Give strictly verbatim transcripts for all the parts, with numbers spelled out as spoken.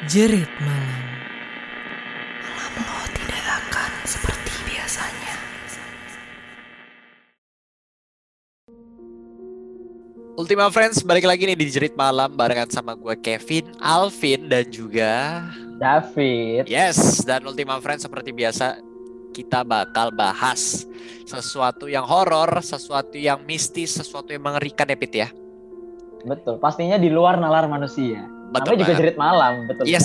Jerit malam. Malam lo tidak akan seperti biasanya. Ultima Friends, balik lagi nih di Jerit Malam barengan sama gue Kevin, Alvin, dan juga David. Yes, dan Ultima Friends seperti biasa kita bakal bahas sesuatu yang horor, sesuatu yang mistis, sesuatu yang mengerikan ya Pit ya. Betul, pastinya di luar nalar manusia. Betul Namanya juga banget. Jerit Malam, betul. Yes,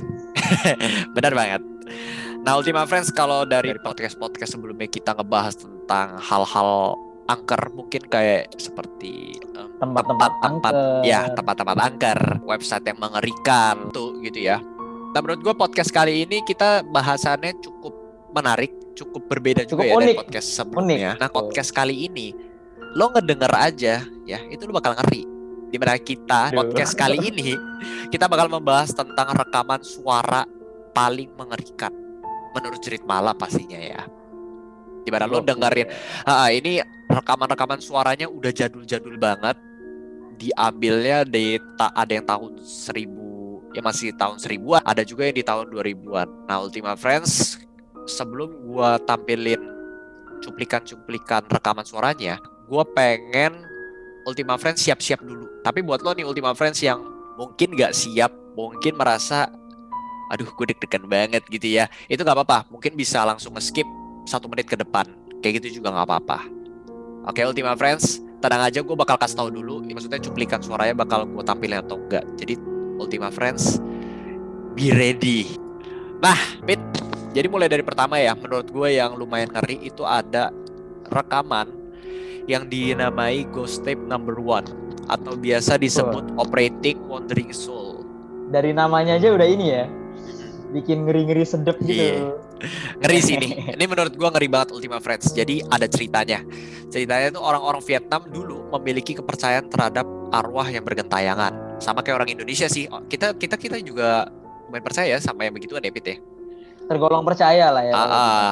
benar banget. Nah Ultima Friends, kalau dari podcast-podcast sebelumnya kita ngebahas tentang hal-hal angker, mungkin kayak seperti um, Tempat-tempat tempat-tempat angker. ya tempat-tempat angker, website yang mengerikan tuh gitu ya. Nah menurut gue podcast kali ini kita bahasannya cukup menarik, cukup berbeda Cukup juga ya unik. dari podcast sebelumnya. Unik. Nah podcast kali ini lo ngedenger aja ya, itu lo bakal ngeri. Dimana kita Aduh. podcast kali ini kita bakal membahas tentang rekaman suara paling mengerikan menurut Jerit Malam pastinya ya. Dimana lo dengerin ah, ini rekaman-rekaman suaranya udah jadul-jadul banget, diambilnya di ta- ada yang tahun seribu ya, masih tahun seribuan, ada juga yang di tahun dua ribuan. Nah Ultima Friends, sebelum gua tampilin cuplikan-cuplikan rekaman suaranya, gua pengen Ultima Friends siap-siap dulu. Tapi buat lo nih Ultima Friends yang mungkin gak siap, mungkin merasa aduh gue deg-degan banget gitu ya, itu gak apa-apa, mungkin bisa langsung nge-skip satu menit ke depan, kayak gitu juga gak apa-apa. Oke Ultima Friends, tenang aja, gue bakal kasih tahu dulu, maksudnya cuplikan suaranya bakal gue tampilin atau enggak. Jadi Ultima Friends, be ready. Nah Pit, jadi mulai dari pertama ya, menurut gue yang lumayan ngeri itu ada rekaman yang dinamai Ghost Tape Number One atau biasa disebut oh. Operating Wandering Soul. Dari namanya aja udah ini ya, bikin ngeri-ngeri sedep gitu. Yeah. Ngeri sih ini. Ini menurut gua ngeri banget Ultima Friends. Jadi ada ceritanya. Ceritanya itu orang-orang Vietnam dulu memiliki kepercayaan terhadap arwah yang bergentayangan. Sama kayak orang Indonesia sih. Kita kita kita juga lumayan percaya sama yang begituan ya Pit ya. Tergolong percaya lah ya. Ah, ah.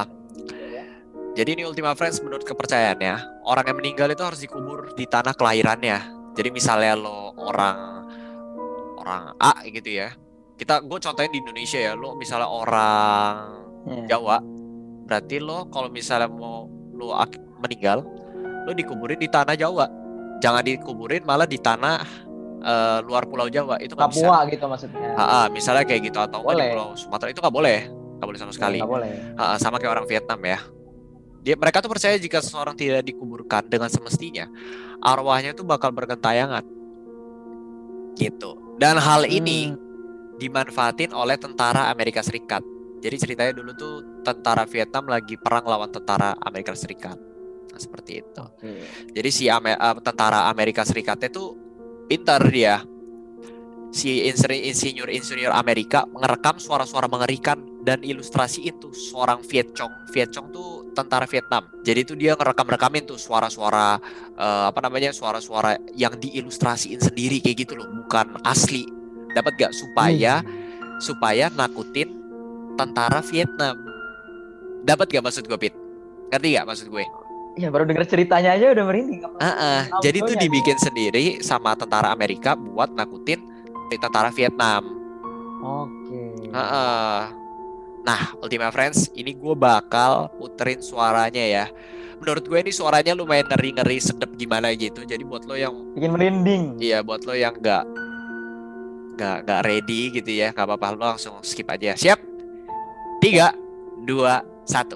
Jadi ini Ultima Friends menurut kepercayaannya, orang yang meninggal itu harus dikubur di tanah kelahirannya. Jadi misalnya lo orang orang A gitu ya. Kita gue contohin di Indonesia ya, lo misalnya orang hmm. Jawa, berarti lo kalau misalnya mau lo meninggal, lo dikuburin di tanah Jawa. Jangan dikuburin malah di tanah uh, luar Pulau Jawa, itu nggak bisa. Papua gitu maksudnya. Ha-ha, misalnya kayak gitu, atau nggak di Pulau Sumatera, itu nggak boleh, nggak boleh sama sekali. Nggak boleh. Ha-ha, sama kayak orang Vietnam ya. Dia, mereka tuh percaya jika seseorang tidak dikuburkan dengan semestinya, arwahnya tuh bakal bergentayangan, gitu. Dan hal ini hmm. dimanfaatin oleh tentara Amerika Serikat. Jadi ceritanya dulu tuh tentara Vietnam lagi perang lawan tentara Amerika Serikat. Nah, seperti itu. Hmm. Jadi si Amer- uh, tentara Amerika Serikatnya tuh pintar dia. Si insinyur-insinyur Amerika ngerekam suara-suara mengerikan dan ilustrasi itu seorang Viet Cong. Viet Cong tuh tentara Vietnam. Jadi tuh dia ngerekam-rekamin tuh suara-suara uh, apa namanya? suara-suara yang diilustrasiin sendiri kayak gitu loh, bukan asli. Dapat gak supaya hmm. supaya nakutin tentara Vietnam. Dapat gak maksud gue, Pit? Ngerti gak maksud gue? Iya, baru denger ceritanya aja udah merinding. Uh-uh. Jadi tuh dibikin sendiri sama tentara Amerika buat nakutin tentara Vietnam. Oke. Uh-uh. Nah, Ultima Friends, ini gue bakal puterin suaranya ya. Menurut gue ini suaranya lumayan ngeri-ngeri sedep gimana gitu. Jadi buat lo yang bikin merinding. Iya, buat lo yang nggak nggak nggak ready gitu ya, nggak apa-apa, lo langsung skip aja. Siap? Tiga, dua, satu.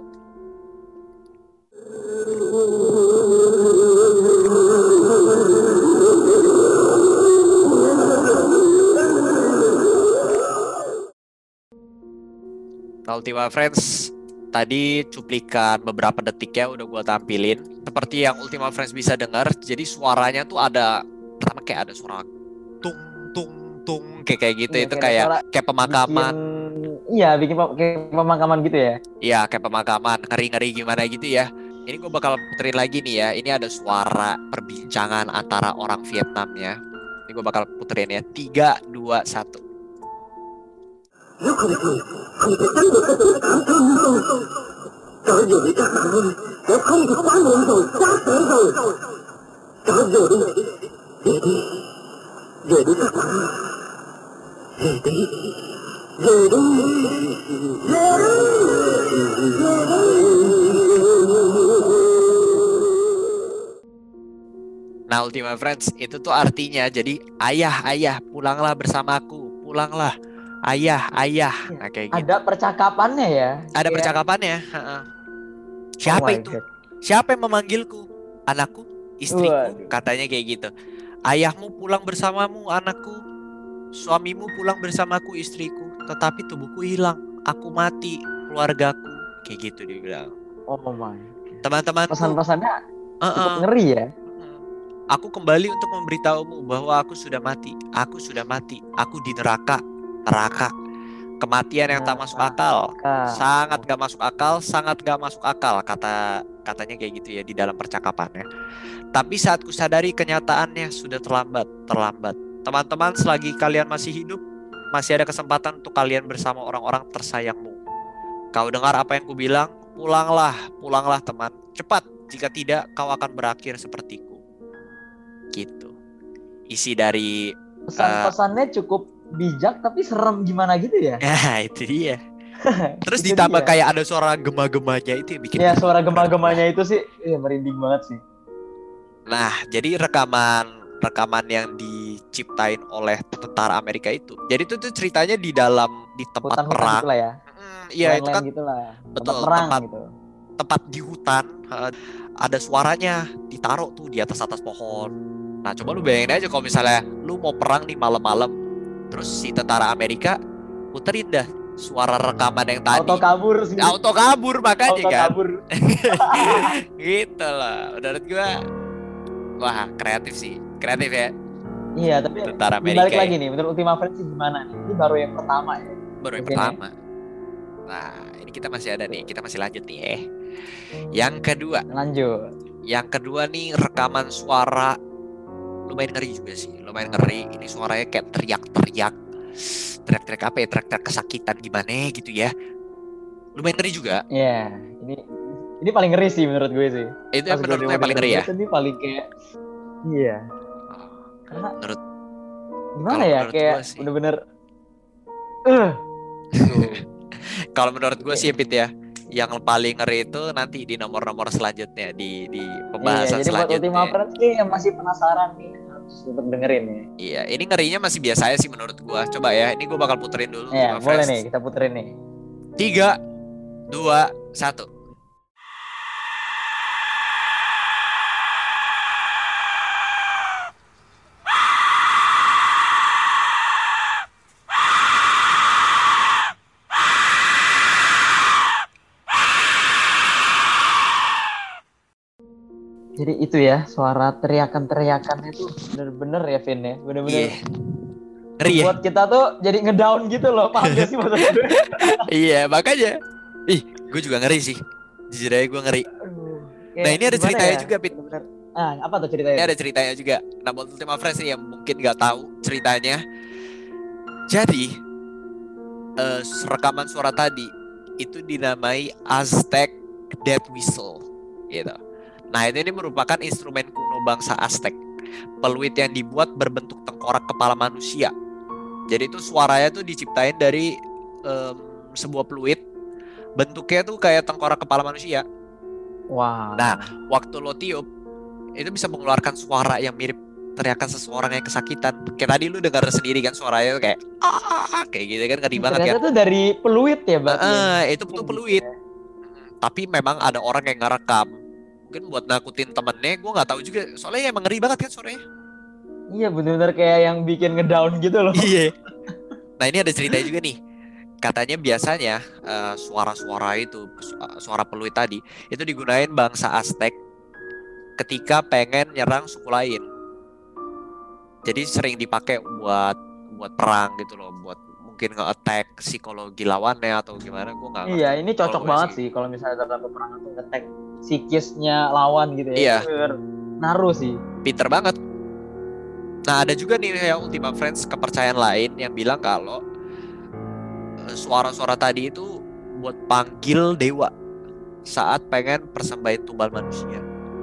Nah, Ultima Friends, tadi cuplikan beberapa detiknya udah gue tampilin. Seperti yang Ultima Friends bisa dengar, jadi suaranya tuh ada, pertama kayak ada suara tung tung tung kayak kayak gitu. Iya, itu kayak kayak pemakaman. Bikin, iya, bikin kayak pemakaman gitu ya. Iya, kayak pemakaman, ngeri-ngeri gimana gitu ya. Ini gue bakal puterin lagi nih ya. Ini ada suara perbincangan antara orang Vietnam ya. Ini gue bakal puterin ya. Tiga, dua, satu. Nếu không thì, không thể tránh được cái sự cảm thông không. Trở về đi các bạn ơi, nếu không thì quá muộn rồi, quá trễ rồi. Trở về đi, về đi, về đi các bạn ơi, về đi. Nah, Ultima Friends itu tuh artinya jadi ayah, ayah, pulanglah bersamaku, pulanglah, ayah, ayah. Nah, kayak gitu. Ada percakapannya ya. Ada Kayak- percakapannya. Heeh. Siapa Oh my itu? God. Siapa yang memanggilku? Anakku, istriku, Waduh. katanya kayak gitu. Ayahmu pulang bersamamu, anakku. Suamimu pulang bersamaku, istriku. Tetapi tubuhku hilang. Aku mati, keluargaku. Kayak gitu dia bilang. Oh my. Teman-temanku, Pesan-pesannya uh-uh. cukup ngeri ya. Aku kembali untuk memberitahumu bahwa aku sudah mati. Aku sudah mati. Aku di neraka. Neraka. Kematian yang tak masuk akal. Neraka. Sangat gak masuk akal. Sangat gak masuk akal. Kata katanya kayak gitu ya di dalam percakapannya. Tapi saat ku sadari kenyataannya sudah terlambat. Terlambat. Teman-teman, selagi kalian masih hidup, masih ada kesempatan untuk kalian bersama orang-orang tersayangmu. Kau dengar apa yang ku bilang? Pulanglah. Pulanglah teman. Cepat. Jika tidak, kau akan berakhir sepertiku. Gitu. Isi dari Pesan-pesannya cukup bijak tapi serem gimana gitu ya. Nah, itu dia. Terus Itu ditambah dia. kayak ada suara gema-gemanya itu yang bikin. Ya suara gema-gemanya itu sih ya, merinding banget sih. Nah, jadi rekaman rekaman yang diciptain oleh tentara Amerika itu. Jadi itu tuh ceritanya di dalam di tempat Hutan-hutan perang. gitu lah ya. Hmm, iya, itu kan gitu lah. betul, Tempat perang tempat- gitu. tempat di hutan, uh, ada suaranya ditaruh tuh di atas atas pohon. Nah, coba lu bayangin aja kalau misalnya lu mau perang nih malam-malam, terus si tentara Amerika puterin dah suara rekaman yang tadi. Auto kabur sih. Auto kabur makanya Auto kan. kabur. Gitu lah. Menurut gua, wah kreatif sih, kreatif ya Iya, tapi tentara Amerika. dibalik ya. lagi nih, menurut Ultima Friends sih gimana nih? Ini baru yang pertama ya. Baru yang Mungkin ya. pertama. Nah, ini kita masih ada nih, kita masih lanjut nih ya. Yang kedua, Lanjut. yang kedua nih rekaman suara lumayan ngeri juga sih, lumayan ngeri. Ini suaranya kayak teriak-teriak, teriak-teriak apa ya, teriak-teriak kesakitan gimana gitu ya. Lumayan ngeri juga. Iya, ini ini paling ngeri sih menurut gue sih. Itu yang Pas gue menurut gue yang paling ngeri ya. denger Ini paling kayak iya. Karena Menurut gimana kalau ya menurut kayak gue sih. bener-bener eh Kalau menurut gue sih Pit ya, yang paling ngeri itu nanti di nomor-nomor selanjutnya di di iya, pembahasan jadi buat Ultima selanjutnya. Friends nih yang masih penasaran nih harus untuk dengerin nih. Iya, ini ngerinya masih biasa aja sih menurut gue. Coba ya, ini gue bakal puterin dulu. Iya, Ultima boleh Friends. nih kita puterin nih. Tiga, dua, satu. Jadi itu ya suara teriakan-teriakan itu bener-bener ya Vin ya, bener-bener Iya. Ngeri ya? buat kita tuh jadi ngedown gitu loh, paham gak sih maksud gue? Iya, makanya. Ih, gue juga ngeri sih. Jujur aja gue ngeri. Aduh, Nah, kayak ini ada gimana ceritanya ya? juga, Pit. Bener-bener. Ah, apa tuh ceritanya? Ini ada ceritanya juga. Nah, buat Ultima Friends nih yang mungkin gak tahu ceritanya. Jadi, eh, rekaman suara tadi itu dinamai Aztec Death Whistle, gitu. Nah, itu ini merupakan instrumen kuno bangsa Aztec. Peluit yang dibuat berbentuk tengkorak kepala manusia. Jadi itu suaranya tuh diciptain dari em, sebuah peluit. Bentuknya tuh kayak tengkorak kepala manusia. Wow. Nah, waktu lo tiup itu bisa mengeluarkan suara yang mirip teriakan seseorang yang kesakitan. Kayak tadi lu dengar sendiri kan suaranya tuh kayak ah kayak gitu kan, ngeri banget kan. ternyata tuh dari peluit ya, Bang. Ah, itu tuh peluit. Tapi memang ada orang yang ngerekam. Mungkin buat nakutin temennya, gue nggak tahu juga. Soalnya emang ngeri banget kan suaranya. Iya, bener-bener kayak yang bikin ngedown gitu loh. Iya. Nah, ini ada ceritanya juga nih. Katanya biasanya eh, suara-suara itu, su- suara peluit tadi, itu digunain bangsa Aztec ketika pengen nyerang suku lain. Jadi sering dipakai buat buat perang gitu loh, buat mungkin nge-attack psikologi lawannya atau gimana, gue nggak ngerti. Iya, ini Kalau cocok gue banget sih. sih kalau misalnya dalam peperangan tuh ngetek psikisnya lawan gitu ya. Iya. Bener. Naruh sih. Pinter banget. Nah, ada juga nih ya Ultima Friends kepercayaan lain yang bilang kalau eh, suara-suara tadi itu buat panggil dewa saat pengen persembahin tumbal manusia.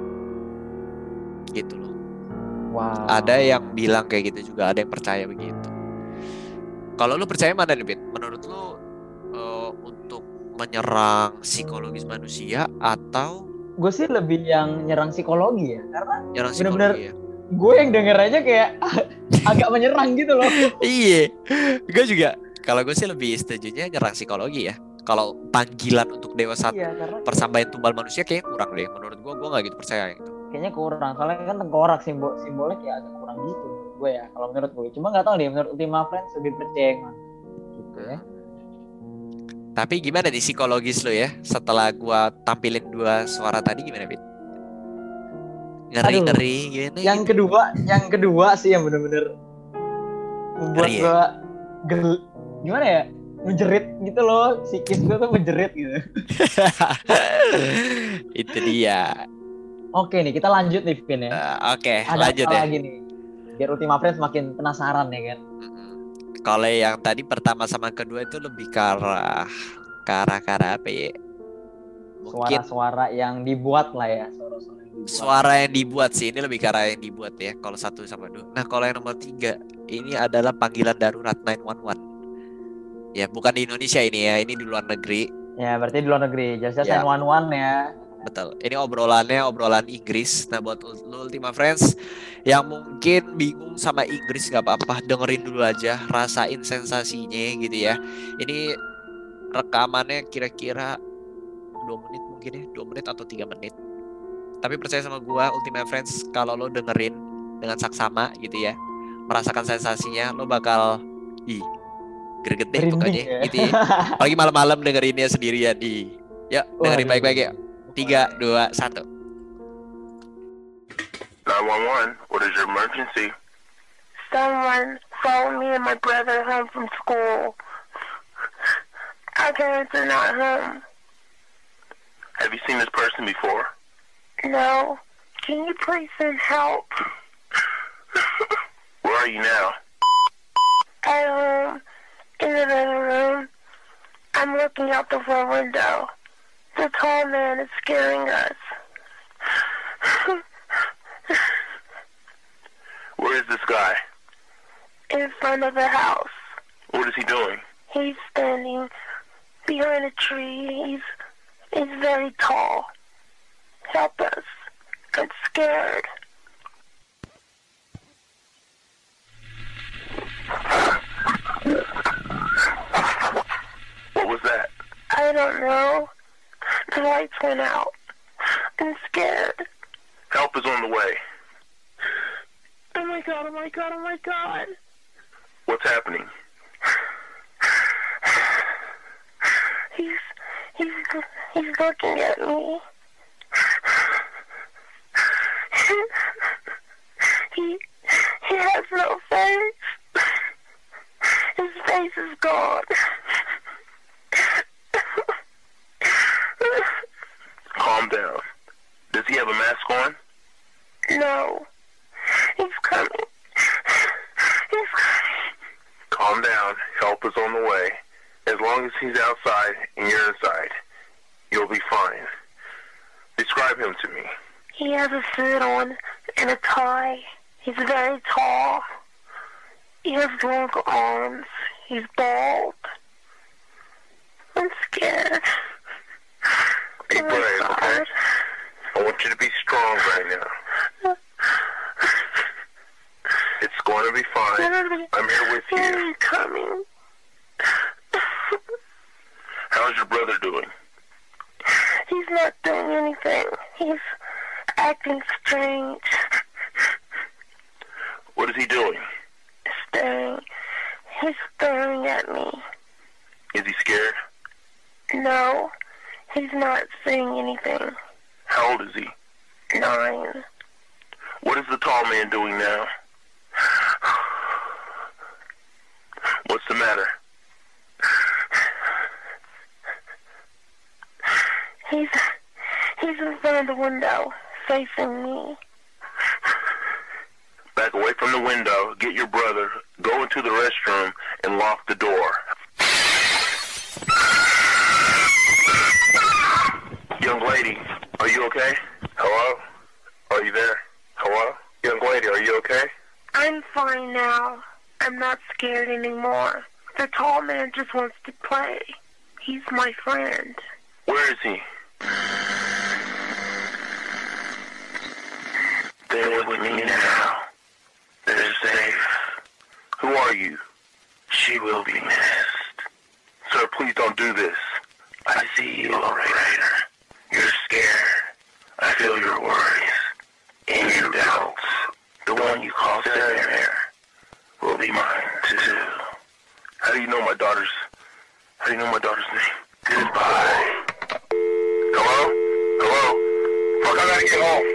Gitu loh. Wow. Ada yang bilang kayak gitu juga, ada yang percaya begitu. Kalau lu percaya mana nih, Pit? Menurut lu uh, untuk menyerang psikologis manusia atau Gue sih lebih yang nyerang psikologi ya, karena nyerang bener-bener psikologi ya? gue yang denger aja kayak agak menyerang gitu loh. Iya, gue juga. Kalau gue sih lebih setujunya nyerang psikologi ya. Kalau panggilan untuk Dewa Satu Iya, karena persambahan tumbal manusia kayaknya kurang deh. Menurut gue, gue nggak gitu percaya gitu. kayaknya kurang. Soalnya kan tengkorak simbol simbolnya kayak agak kurang gitu menurut gue ya. Kalau menurut gue, cuma nggak tahu deh menurut Ultima Friends lebih percaya yang mana. Gitu ya. Tapi gimana nih psikologis lo ya? Setelah gue tampilin dua suara tadi gimana, Pit? Ngeri-ngeri gini. Yang gitu. kedua, yang kedua sih yang bener-bener membuat Ngeri ya? gue gel, gimana ya? Menjerit gitu loh, psikis gue tuh menjerit gitu. Itu dia. Oke nih, kita lanjut nih Vin ya. Uh, Oke, okay, Ada lanjut apa ya. lagi nih? Biar Ultima Friends makin penasaran ya kan. Kalau yang tadi pertama sama kedua itu lebih ke arah ke arah ke arah apa ya? Mungkin Suara-suara yang dibuat lah ya, suara-suara yang dibuat. Suara yang dibuat sih, ini lebih ke arah yang dibuat ya. Kalau satu sama dua. Nah, kalau yang nomor tiga ini adalah panggilan darurat sembilan satu satu. Ya, bukan di Indonesia ini ya, ini di luar negeri. Ya, berarti di luar negeri. Jelasnya Ya. sembilan satu satu ya. Betul. Ini obrolannya obrolan Inggris. Nah, buat lu Ultima Friends yang mungkin bingung sama Inggris gak apa-apa, dengerin dulu aja, rasain sensasinya gitu ya. Ini rekamannya kira-kira dua menit mungkin ya, dua menit atau tiga menit. Tapi percaya sama gua Ultima Friends, kalau lo dengerin dengan saksama gitu ya, merasakan sensasinya, lo bakal ih greget deh pokoknya ya. gitu ya. Apalagi malam-malam dengerinnya sendirian di. Ya, dengerin baik-baik ya. Tiga, dua, satu. nine one one, what is your emergency? Someone followed me and my brother home from school. Our parents are not home. Have you seen this person before? No. Can you please send help? Where are you now? At home, in the living room. I'm looking out the front window. The tall man is scaring us. Where is this guy? In front of the house. What is he doing? He's standing behind a tree. He's he's very tall. Help us. I'm scared. What was that? I don't know. The lights went out. I'm scared. Help is on the way. Oh my god, oh my god, oh my god. What's happening? He's he's he's looking at me. he he has no face. His face is gone. Calm down. Does he have a mask on? No. He's coming. He's coming. Calm down. Help is on the way. As long as he's outside and you're inside, you'll be fine. Describe him to me. He has a suit on and a tie. He's very tall. He has long arms. He's bald. I'm scared. Be Oh my brave, okay? God. I want you to be strong right now. It's going to be fine. I'm here with you. He's coming. How's your brother doing? He's not doing anything. He's acting strange. What is he doing? Staring. He's staring at me. Is he scared? No, he's not saying anything. How old is he? Nine. What is the tall man doing now? What's the matter? He's he's in front of the window, facing me. Back away from the window, get your brother, go into the restroom, and lock the door. Young lady, are you okay? Hello? Are you there? Hello? Young lady, are you okay? I'm fine now. I'm not scared anymore. The tall man just wants to play. He's my friend. Where is he? They're with me now. They're safe. Who are you? She will be missed. Sir, please don't do this. I see you, operator. You're scared. I feel your worries. And your doubts. The one you call Sarah will be mine, too. How do you know my daughter's... How do you know my daughter's name? Goodbye. Hello? Hello? Fuck, I gotta get home.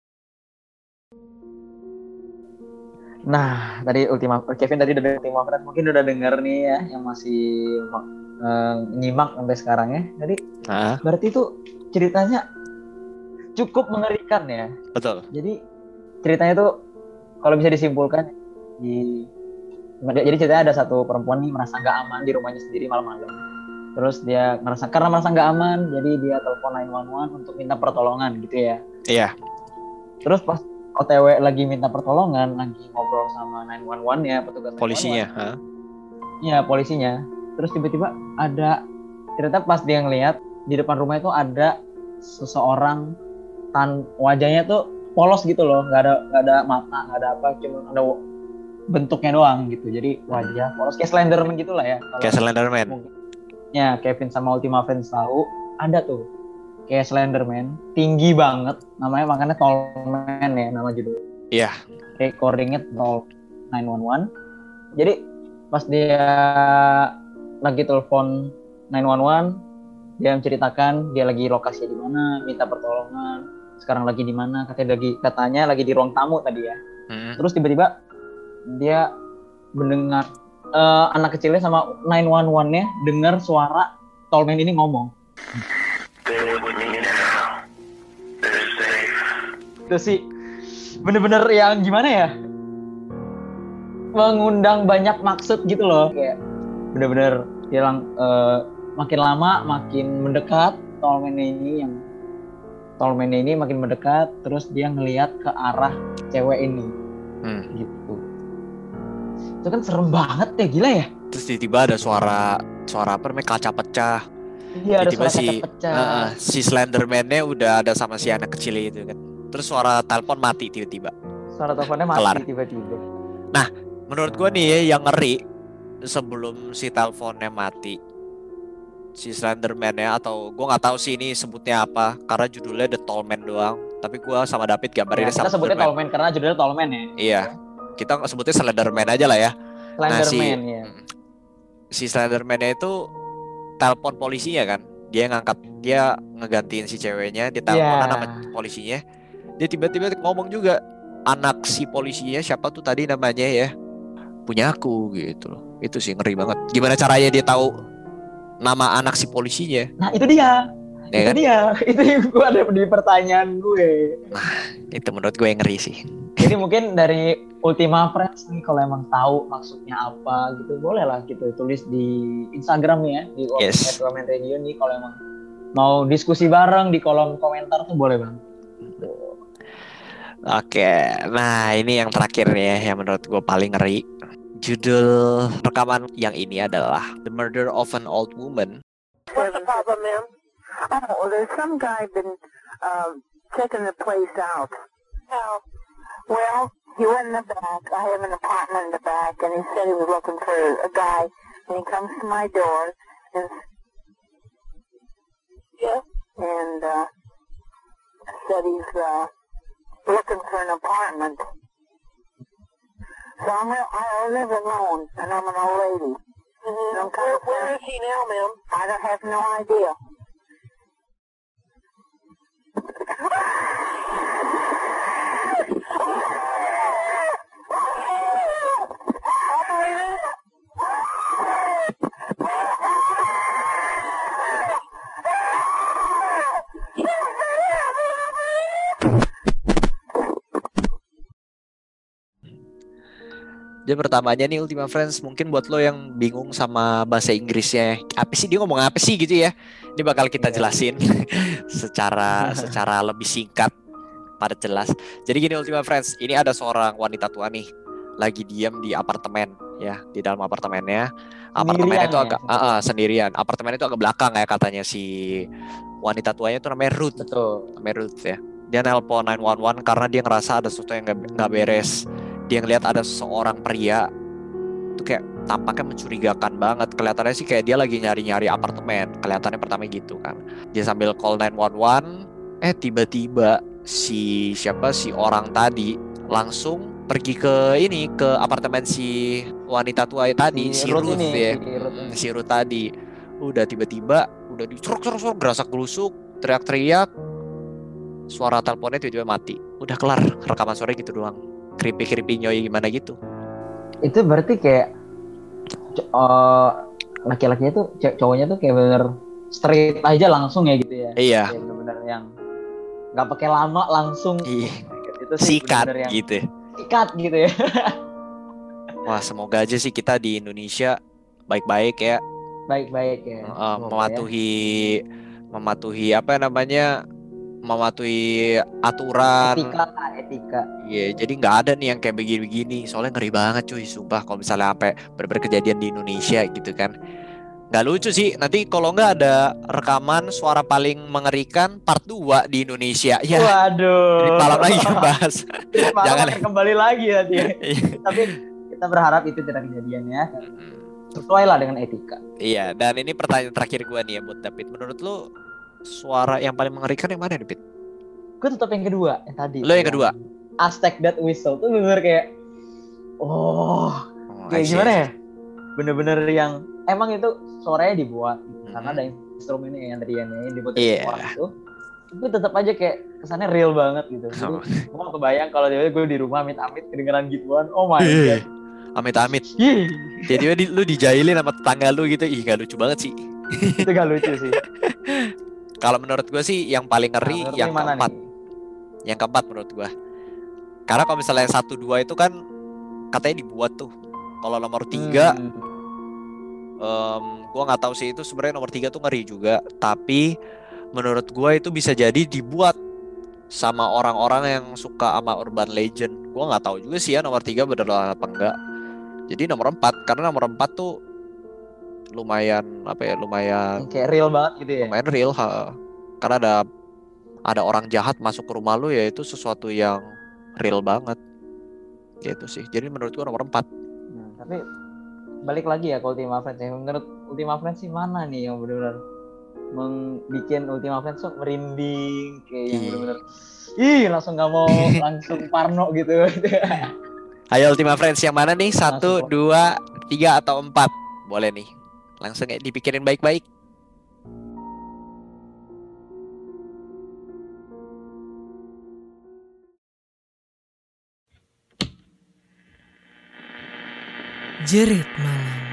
Nah, tadi Ultima Kevin tadi udah Ultima Friends, mungkin udah denger nih ya yang masih uh, nyimak sampai sekarang ya. Jadi Hah? berarti itu ceritanya cukup mengerikan ya. Betul. Jadi ceritanya tuh kalau bisa disimpulkan di jadi ceritanya ada satu perempuan nih merasa nggak aman di rumahnya sendiri malam-malam. Terus dia merasa karena merasa nggak aman, jadi dia telepon nine one one untuk minta pertolongan gitu ya. Iya. Terus pas O T W lagi minta pertolongan, lagi ngobrol sama nine one one ya, petugas Polisinya, ha? Iya, polisinya. Terus tiba-tiba ada, ternyata pas dia ngeliat di depan rumah itu ada seseorang, tan wajahnya tuh polos gitu loh, nggak ada nggak ada mata, nggak ada apa, cuma ada bentuknya doang gitu. Jadi wajah polos kayak Slenderman gitu lah ya. Kayak Slenderman. Mungkin, ya Kevin sama Ultima Friends tahu ada tuh kayak Slenderman, tinggi banget, namanya makanya Tall Man ya nama judul. Iya. Recordingnya Tall nine one one. Jadi pas dia lagi telepon nine one one, dia menceritakan dia lagi lokasinya di mana, minta pertolongan, sekarang lagi di mana, katanya lagi katanya lagi di ruang tamu tadi ya. Hmm. Terus tiba-tiba dia mendengar uh, anak kecilnya sama nine one one-nya dengar suara Tall Man ini ngomong. Itu sih bener-bener yang gimana ya, mengundang banyak maksud gitu loh, kayak bener-bener hilang uh, makin lama makin mendekat Tallman ini yang Tallman ini makin mendekat, terus dia ngelihat ke arah cewek ini, hmm. gitu. Itu kan serem banget ya, gila ya. Terus tiba-tiba ada suara suara apa namanya kaca pecah. Iya, ada tiba-tiba suara si, kaca pecah. Uh, si Slenderman-nya udah ada sama si anak kecil itu kan. Terus suara telepon mati tiba-tiba. Suara teleponnya mati Kelar. tiba-tiba. Nah, menurut gua nih ya, yang ngeri sebelum si teleponnya mati, si Slenderman-nya, atau gua nggak tahu sih ini sebutnya apa karena judulnya The Tall Man doang. Tapi gua sama David gambarinnya ya, kita sebutnya Tall Man karena judulnya Tall Man ya. Iya. Kita sebutnya Slenderman aja lah ya. Slenderman nah, si, ya. Si Slenderman-nya itu telepon polisinya kan. Dia ngangkat, dia ngegantiin si ceweknya, dia teleponan yeah. sama polisinya. Dia tiba-tiba ngomong juga, anak si polisinya siapa tuh tadi namanya ya, punya aku gitu loh. Itu sih ngeri banget. Gimana caranya dia tahu nama anak si polisinya? Nah itu dia, ya itu kan? dia, itu yang gue ada di pertanyaan gue. Nah itu menurut gue yang ngeri sih. Jadi mungkin dari Ultima Friends nih kalau emang tahu maksudnya apa gitu, boleh lah gitu tulis di Instagram ya, di yes. Komen Radio nih kalau emang mau diskusi bareng di kolom komentar tuh boleh banget. Gitu. Oke, nah ini yang terakhir nih ya, yang menurut gue paling ngeri. Judul rekaman yang ini adalah The Murder of an Old Woman. What's the problem, ma'am? Oh, there's some guy been uh, checking the place out. How? Well, he went in the back. I have an apartment in the back, and he said he was looking for a guy. And he comes to my door, and yeah, and uh, said he's uh, looking for an apartment. So I'm, I live alone, and I'm an old lady. Mm-hmm. And I'm where, where is he now, ma'am? I don't have no idea. Dia pertamanya nih Ultima Friends, mungkin buat lo yang bingung sama bahasa Inggrisnya, apa sih dia ngomong apa sih gitu ya, ini bakal kita jelasin secara secara lebih singkat pada jelas. Jadi gini Ultima Friends, ini ada seorang wanita tua nih lagi diam di apartemen ya di dalam apartemennya. Apartemennya itu Sendirian agak ya? ah, ah, sendirian. Apartemen itu agak belakang ya katanya si wanita tuanya itu namanya Ruth. Betul. Namanya Ruth ya. Dia nelpon nine one one karena dia ngerasa ada sesuatu yang nggak nggak beres. Dia ngelihat ada seorang pria itu kayak tampaknya mencurigakan banget. Kelihatannya sih kayak dia lagi nyari-nyari apartemen. Kelihatannya pertama gitu kan. Dia sambil call nine one one, eh tiba-tiba si siapa si orang tadi langsung pergi ke ini ke apartemen si wanita tua tadi, Si si, Ruth Ruth ini, ya. si Ruth Hmm, ini. si Ruth tadi. Udah tiba-tiba udah diserok-serok gerasak gelusuk, teriak-teriak. Suara teleponnya tiba-tiba mati. Udah kelar rekaman suara gitu doang. Creepy-creepy nyoy gimana gitu. Itu berarti kayak c- eh, laki-lakinya tuh c- cowoknya tuh kayak bener straight aja langsung ya gitu ya. Iya. Kayak bener-bener yang nggak pakai lama langsung. Ih, Itu sih sikat bener-bener yang gitu. sikat gitu ya. Wah, semoga aja sih kita di Indonesia baik-baik ya, Baik-baik ya. eh, Semoga ya. mematuhi mematuhi apa namanya? Mematuhi aturan. Etika lah, etika. Iya, jadi nggak ada nih yang kayak begini-begini. Soalnya ngeri banget cuy, sumpah kalau misalnya sampai bener-bener kejadian di Indonesia gitu kan. Nggak lucu sih, nanti kalau nggak ada rekaman suara paling mengerikan part dua di Indonesia. Ya, Waduh. jadi malam lagi bahas. Jadi malam Jangan. akan kembali lagi nanti ya. Tapi kita berharap itu tidak kejadian ya. Sesuai lah dengan etika. Iya, dan ini pertanyaan terakhir gue nih ya buat David. Menurut lu suara yang paling mengerikan yang mana nih, David? Gue tetap yang kedua, yang tadi. Lo yang kedua? Aztec Death Whistle tuh bener kayak, oh, Oh, kayak I see, gimana I see. ya? Bener-bener yang emang itu suaranya dibuat gitu, Mhm. karena ada instrumennya yang tadi yang dibuat Iya. dari orang itu. Tapi tetap aja kayak kesannya real banget gitu. Jadi Oh. gue gak kebayang kalau tiba-tiba gue di rumah amit-amit kedengeran gituan. Oh my Ih, god. Amit-amit. Ih, Jadi di, lu dijailin sama tetangga lu gitu. Ih, gak lucu banget sih. itu gak lucu sih. Kalau menurut gue sih yang paling Nah, ngeri menurut lu yang mana keempat. nih? Yang keempat menurut gue. Karena kalau misalnya yang satu dua itu kan katanya dibuat tuh. Kalau nomor tiga, Hmm. em, gue nggak tahu sih itu sebenarnya nomor tiga tuh ngeri juga. Tapi menurut gue itu bisa jadi dibuat sama orang-orang yang suka sama urban legend. Gue nggak tahu juga sih ya nomor tiga beneran apa enggak. Jadi nomor empat, karena nomor empat tuh lumayan apa ya, lumayan Yang kayak real banget gitu ya. lumayan real. Ha. Karena ada ada orang jahat masuk ke rumah lu, ya itu sesuatu yang real banget. Gitu sih. Jadi menurut gue nomor empat. Nah, tapi balik lagi ya ke Ultima Friends ya. Menurut Ultima Friends sih mana nih yang benar-benar membuat Ultima Friends tuh merinding kayak yang Ih. benar-benar ih langsung nggak mau langsung parno gitu. Ayo Ultima Friends yang mana nih? Satu, Langsung. dua, tiga atau empat? Boleh nih. Langsung ya dipikirin baik-baik. Jerit Malam.